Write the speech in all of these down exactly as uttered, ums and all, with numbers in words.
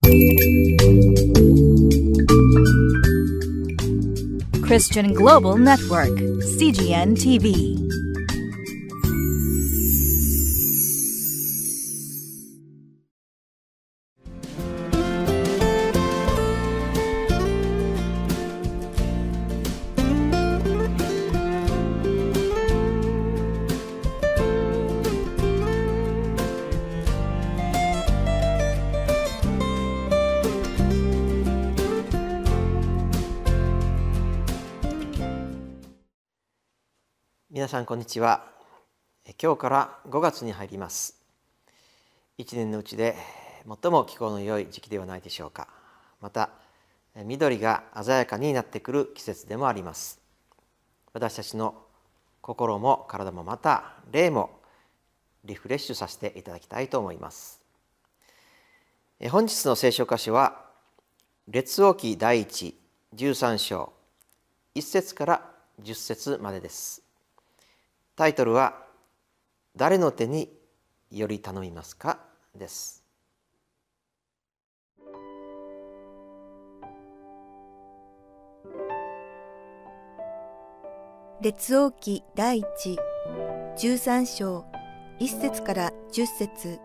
Christian Global Network シージーエヌ ティーブイ。 皆さんこんにちは。今日からごがつに入ります。一年のうちで最も気候の良い時期ではないでしょうか。また緑が鮮やかになってくる季節でもあります。私たちの心も体もまた霊もリフレッシュさせていただきたいと思います。本日の聖書箇所は列王記第一じゅうさん章いっ節からじゅっ節までです。タイトルは誰の手により頼みますかです。 列王記第一じゅうさん章いっ節からじゅっ節。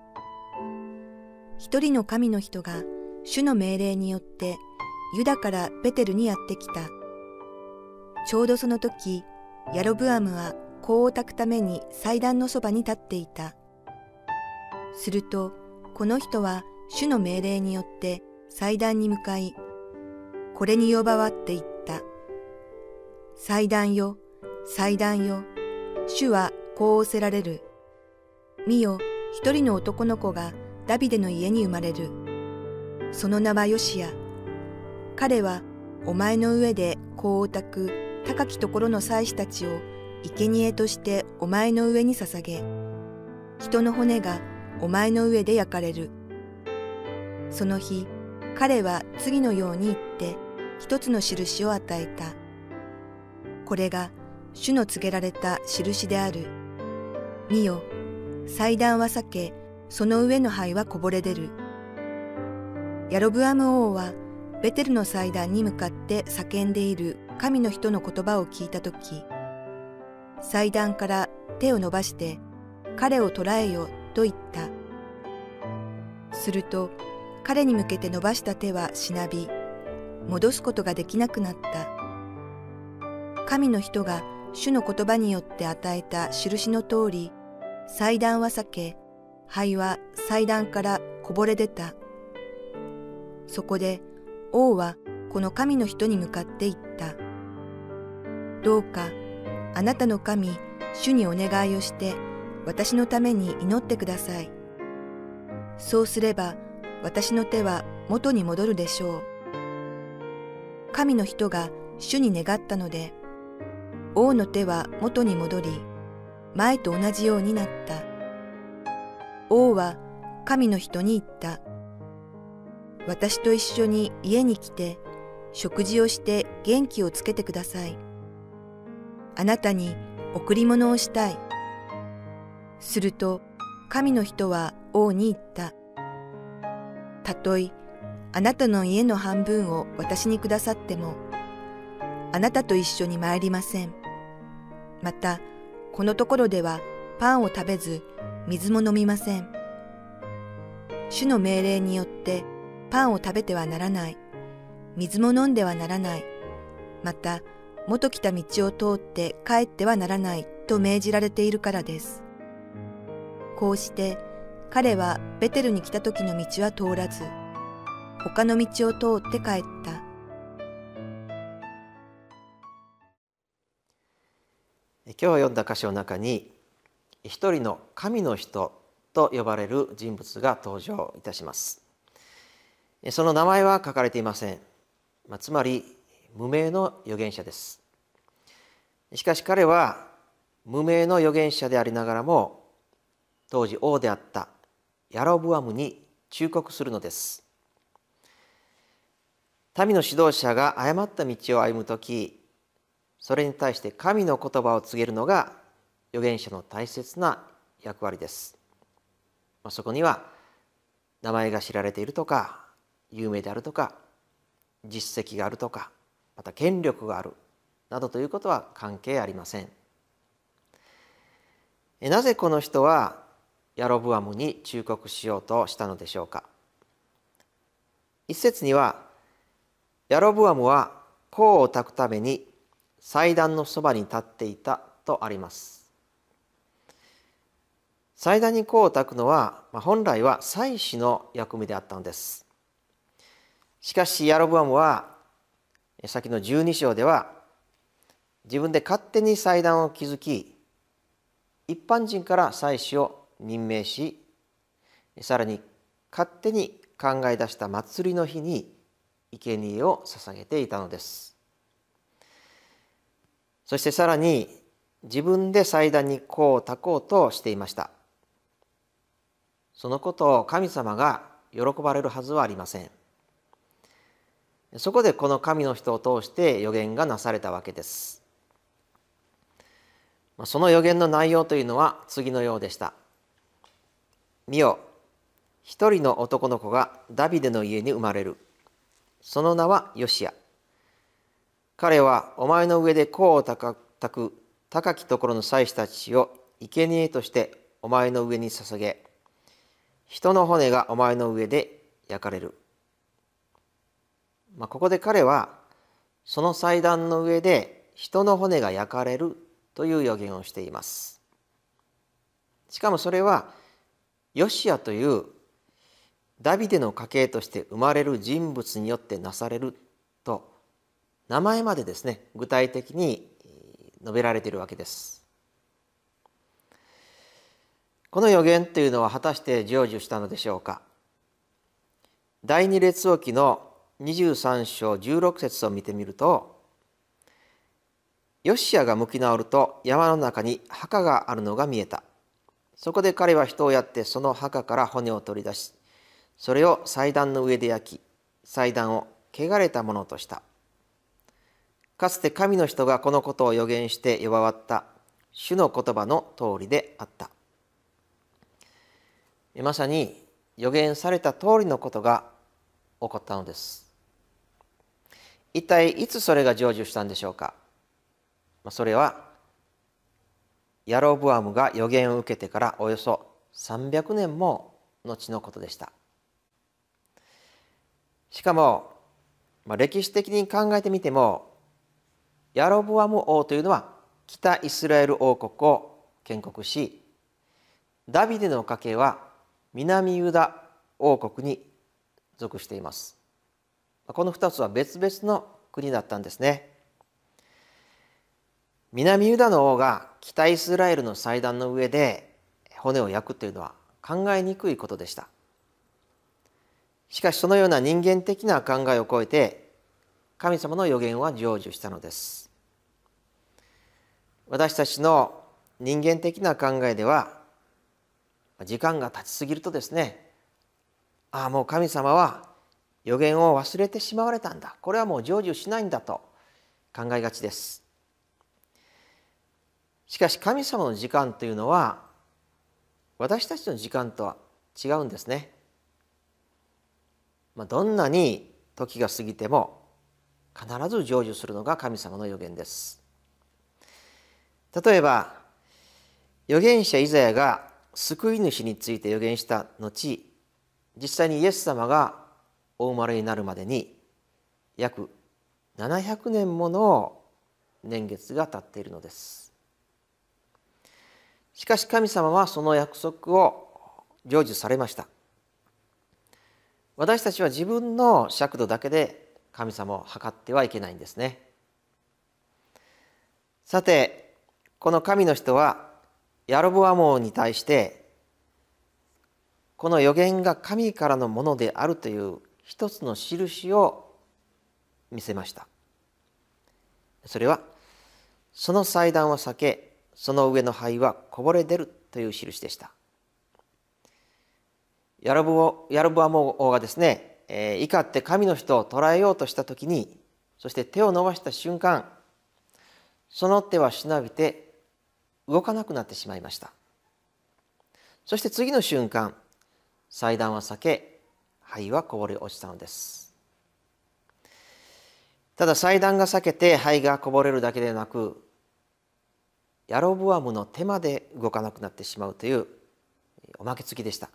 一人の神の人が主の命令によってユダからベテルにやってきた。ちょうどその時ヤロブアムは香を焚くために祭壇のそばに立っていた。するとこの人は主の命令によって祭壇に向かい、これに呼ばわって言った。祭壇よ、祭壇よ、主はこう仰せられる。見よ、一人の男の子がダビデの家に生まれる。その名はヨシア。彼はお前の上で香を焚く高きところの祭司たちを生贄としてお前の上に捧げ、人の骨がお前の上で焼かれる。その日、彼は次のように言って一つの印を与えた。これが主の告げられた印である。見よ、祭壇は裂け、その上の灰はこぼれ出る。ヤロブアム王はベテルの祭壇に向かって叫んでいる神の人の言葉を聞いたとき、祭壇から手を伸ばして彼を捕らえよと言った。すると彼に向けて伸ばした手はしなび、戻すことができなくなった。神の人が主の言葉によって与えた印の通り、祭壇は裂け、灰は祭壇からこぼれ出た。そこで王はこの神の人に向かって言った。どうかあなたの神、主にお願いをして私のために祈ってください。そうすれば私の手は元に戻るでしょう。神の人が主に願ったので、王の手は元に戻り、前と同じようになった。王は神の人に言った。私と一緒に家に来て、食事をして元気をつけてください。あなたに贈り物をしたい。すると神の人は王に言った。たとえあなたの家の半分を私にくださっても、あなたと一緒に参りません。またこのところではパンを食べず水も飲みません。主の命令によってパンを食べてはならない。水も飲んではならない。また元来た道を通って帰ってはならないと命じられているからです。こうして彼はベテルに来た時の道は通らず、他の道を通って帰った。 今日読んだ箇所の中に一人の神の人と呼ばれる人物が登場いたします。その名前は書かれていません。まあ、つまり無名の預言者です。しかし彼は無名の預言者でありながらも、当時王であったヤロブアムに忠告するのです。民の指導者が誤った道を歩むとき、それに対して神の言葉を告げるのが預言者の大切な役割です。そこには名前が知られているとか有名であるとか実績があるとかまた権力があるなどということは関係ありません。なぜこの人はヤロブアムに忠告しようとしたのでしょうか。一節にはヤロブアムは香を焚くために祭壇のそばに立っていたとあります。祭壇に香を焚くのは本来は祭司の役目であったのです。しかしヤロブアムは先のじゅうに章では自分で勝手に祭壇を築き一般人から祭司を任命し、さらに勝手に考え出した祭りの日に生贄を捧げていたのです。そしてさらに自分で祭壇に香を焚こうとしていました。そのことを神様が喜ばれるはずはありません。そこでこの神の人を通して預言がなされたわけです。その預言の内容というのは次のようでした。見よ、一人の男の子がダビデの家に生まれる。その名はヨシア。彼はお前の上で香を焚く高きところの祭司たちを生贄としてお前の上に捧げ、人の骨がお前の上で焼かれる。まあ、ここで彼はその祭壇の上で人の骨が焼かれるという予言をしています。しかもそれはヨシアというダビデの家系として生まれる人物によってなされると名前までですね具体的に述べられているわけです。この予言というのは果たして成就したのでしょうか。第二列王記のにじゅうさん章じゅうろく節を見てみると、ヨシアが向き直ると山の中に墓があるのが見えた。そこで彼は人をやってその墓から骨を取り出し、それを祭壇の上で焼き、祭壇を汚れたものとした。かつて神の人がこのことを預言して呼ばわった主の言葉の通りであった。まさに預言された通りのことが起こったのです。一体いつそれが成就したんでしょうか。それはヤロブアムが預言を受けてからおよそさんびゃくねんも後のことでした。しかも、まあ、歴史的に考えてみてもヤロブアム王というのは北イスラエル王国を建国し、ダビデの家系は南ユダ王国に属しています。この二つは別々の国だったんですね。南ユダの王が北イスラエルの祭壇の上で骨を焼くというのは考えにくいことでした。しかしそのような人間的な考えを超えて神様の預言は成就したのです。私たちの人間的な考えでは時間が経ちすぎるとですね、ああもう神様は預言を忘れてしまわれたんだ、これはもう成就しないんだと考えがちです。しかし神様の時間というのは私たちの時間とは違うんですね。まあ、どんなに時が過ぎても必ず成就するのが神様の預言です。例えば預言者イザヤが救い主について預言した後、実際にイエス様がお生まれになるまでに約ななひゃくねんもの年月が経っているのです。しかし神様はその約束を成就されました。私たちは自分の尺度だけで神様を測ってはいけないんですね。さて、この神の人はヤロブアム王に対してこの預言が神からのものであるという一つの印を見せました。それはその祭壇を避け、その上の灰はこぼれ出るという印でした。ヤロブ、ヤロブアム王がですね、えー、怒って神の人を捕らえようとしたときに、そして手を伸ばした瞬間、その手はしなびて動かなくなってしまいました。そして次の瞬間、祭壇は裂け、 灰はこぼれ落ちたのです。ただ祭壇が裂けて灰がこぼれるだけでなく、ヤロブアムの手まで動かなくなってしまうというおまけ付きでした。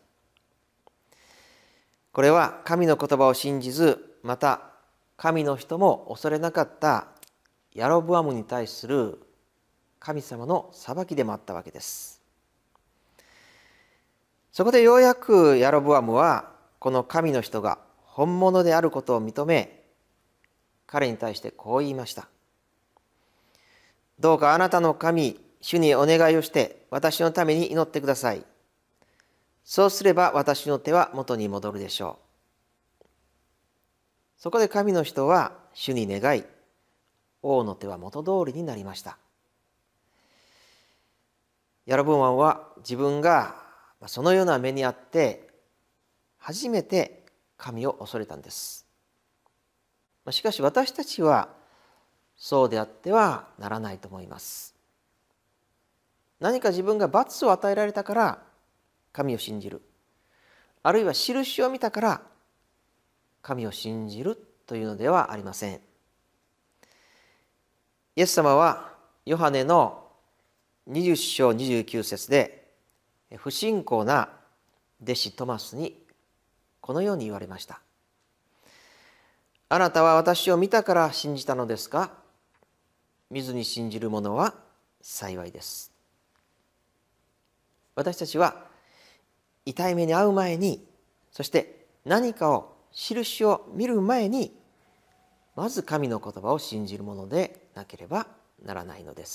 これは神の言葉を信じず、また神の人も恐れなかったヤロブアムに対する神様の裁きでもあったわけです。そこでようやくヤロブアムはこの神の人が本物であることを認め、彼に対してこう言いました。どうかあなたの神、主にお願いをして私のために祈ってください。そうすれば私の手は元に戻るでしょう。そこで神の人は主に願い、王の手は元通りになりました。ヤロブアムは自分がそのような目にあって初めて神を恐れたんです。しかし私たちはそうであってはならないと思います。何か自分が罰を与えられたから神を信じる、あるいは印を見たから神を信じるというのではありません。イエス様はヨハネのにじゅう章にじゅうきゅう節で不信仰な弟子トマスにこのように言われました。あなたは私を見たから信じたのですか？見ずに信じる者は幸いです。私たちは痛い目に遭う前に、そして何かを印を見る前に、まず神の言葉を信じるものでなければならないのです。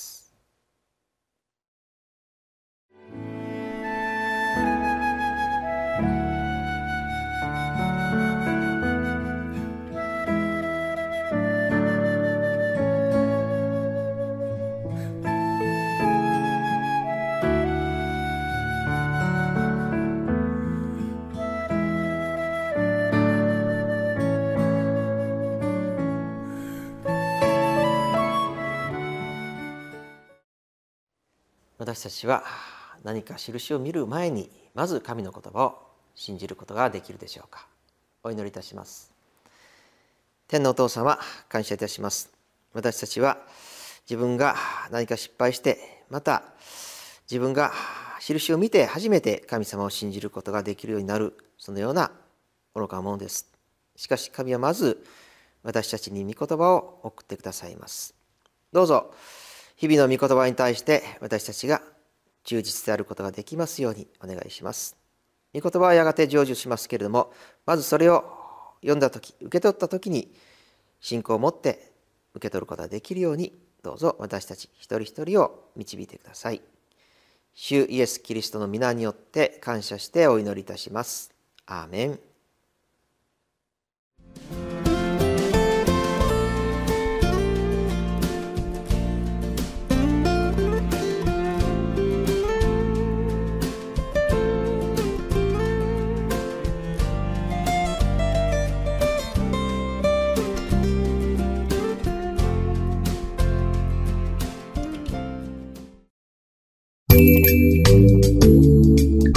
私たちは何か印を見る前にまず神の言葉を信じることができるでしょうか。お祈りいたします。天のお父様、感謝いたします。私たちは自分が何か失敗して、また自分が印を見て初めて神様を信じることができるようになる、そのような愚かなものです。しかし神はまず私たちに御言葉を送ってくださいます。どうぞ日々の御言葉に対して私たちが忠実であることができますようにお願いします。御言葉はやがて成就しますけれども、まずそれを読んだとき、受け取ったときに信仰を持って受け取ることができるように、どうぞ私たち一人一人を導いてください。主イエス・キリストの皆によって感謝してお祈りいたします。アーメン。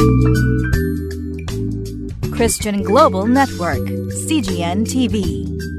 Christian Global Network, C G N T V.